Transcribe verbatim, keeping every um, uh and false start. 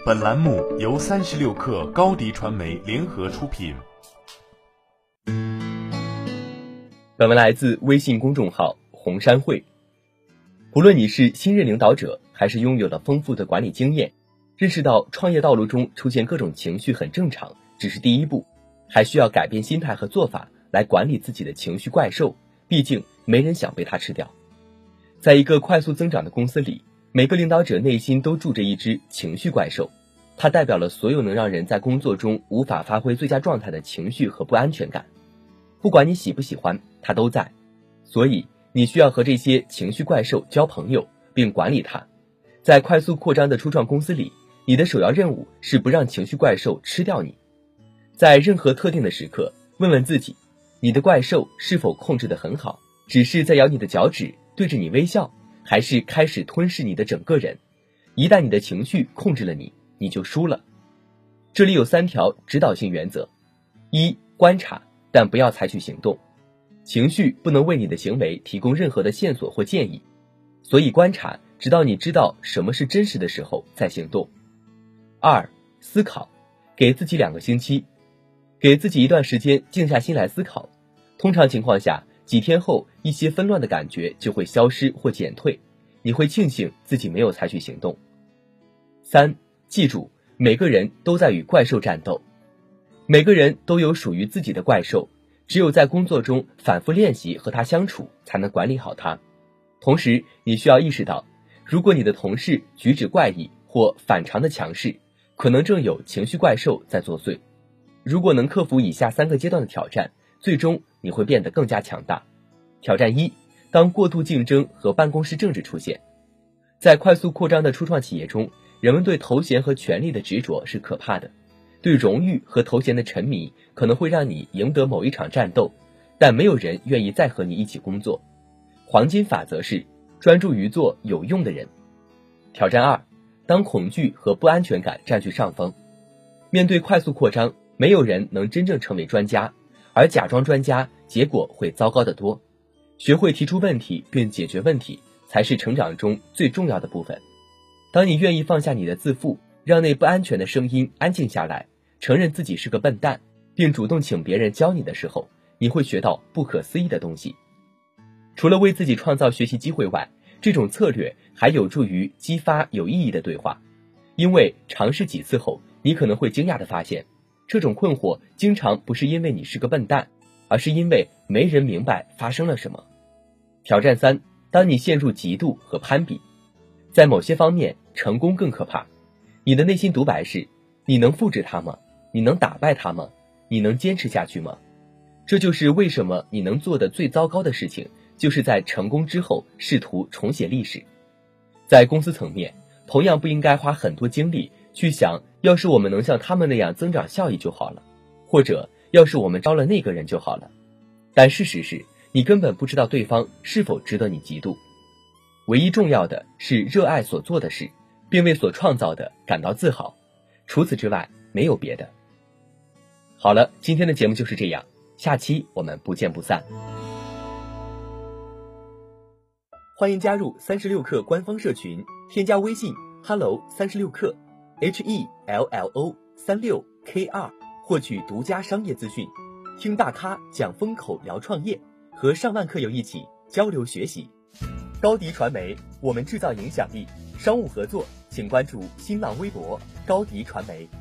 本栏目由三十六氪高迪传媒联合出品。 本文来自微信公众号红山会。不论你是新任领导者，还是拥有了丰富的管理经验，认识到创业道路中出现各种情绪很正常，只是第一步，还需要改变心态和做法来管理自己的情绪怪兽，毕竟没人想被它吃掉。在一个快速增长的公司里，每个领导者内心都住着一只情绪怪兽，它代表了所有能让人在工作中无法发挥最佳状态的情绪和不安全感。不管你喜不喜欢，它都在。所以你需要和这些情绪怪兽交朋友，并管理它。在快速扩张的初创公司里，你的首要任务是不让情绪怪兽吃掉你。在任何特定的时刻，问问自己，你的怪兽是否控制得很好，只是在咬你的脚趾，对着你微笑，还是开始吞噬你的整个人。一旦你的情绪控制了你，你就输了。这里有三条指导性原则：一、观察，但不要采取行动。情绪不能为你的行为提供任何的线索或建议，所以观察，直到你知道什么是真实的时候再行动。二、思考，给自己两个星期，给自己一段时间静下心来思考。通常情况下，几天后一些纷乱的感觉就会消失或减退，你会庆幸自己没有采取行动。三、记住，每个人都在与怪兽战斗，每个人都有属于自己的怪兽，只有在工作中反复练习和他相处，才能管理好他。同时，你需要意识到，如果你的同事举止怪异或反常的强势，可能正有情绪怪兽在作祟。如果能克服以下三个阶段的挑战，最终你会变得更加强大。挑战一，当过度竞争和办公室政治出现。在快速扩张的初创企业中，人们对头衔和权力的执着是可怕的。对荣誉和头衔的沉迷可能会让你赢得某一场战斗，但没有人愿意再和你一起工作。黄金法则是专注于做有用的人。挑战二，当恐惧和不安全感占据上风。面对快速扩张，没有人能真正成为专家，而假装专家，结果会糟糕得多。学会提出问题并解决问题，才是成长中最重要的部分。当你愿意放下你的自负，让那不安全的声音安静下来，承认自己是个笨蛋，并主动请别人教你的时候，你会学到不可思议的东西。除了为自己创造学习机会外，这种策略还有助于激发有意义的对话。因为尝试几次后，你可能会惊讶地发现，这种困惑经常不是因为你是个笨蛋，而是因为没人明白发生了什么。挑战三，当你陷入嫉妒和攀比。在某些方面，成功更可怕。你的内心独白是：你能复制它吗？你能打败它吗？你能坚持下去吗？这就是为什么你能做的最糟糕的事情，就是在成功之后试图重写历史。在公司层面，同样不应该花很多精力去想，要是我们能像他们那样增长效益就好了，或者要是我们招了那个人就好了。但事实是，你根本不知道对方是否值得你嫉妒。唯一重要的是热爱所做的事，并为所创造的感到自豪。除此之外，没有别的。好了，今天的节目就是这样，下期我们不见不散。欢迎加入三十六氪官方社群，添加微信 hello 三十六氪 H E L L O 三六 K 二，获取独家商业资讯，听大咖讲风口聊创业，和上万客友一起交流学习。高迪传媒，我们制造影响力。商务合作请关注新浪微博高迪传媒。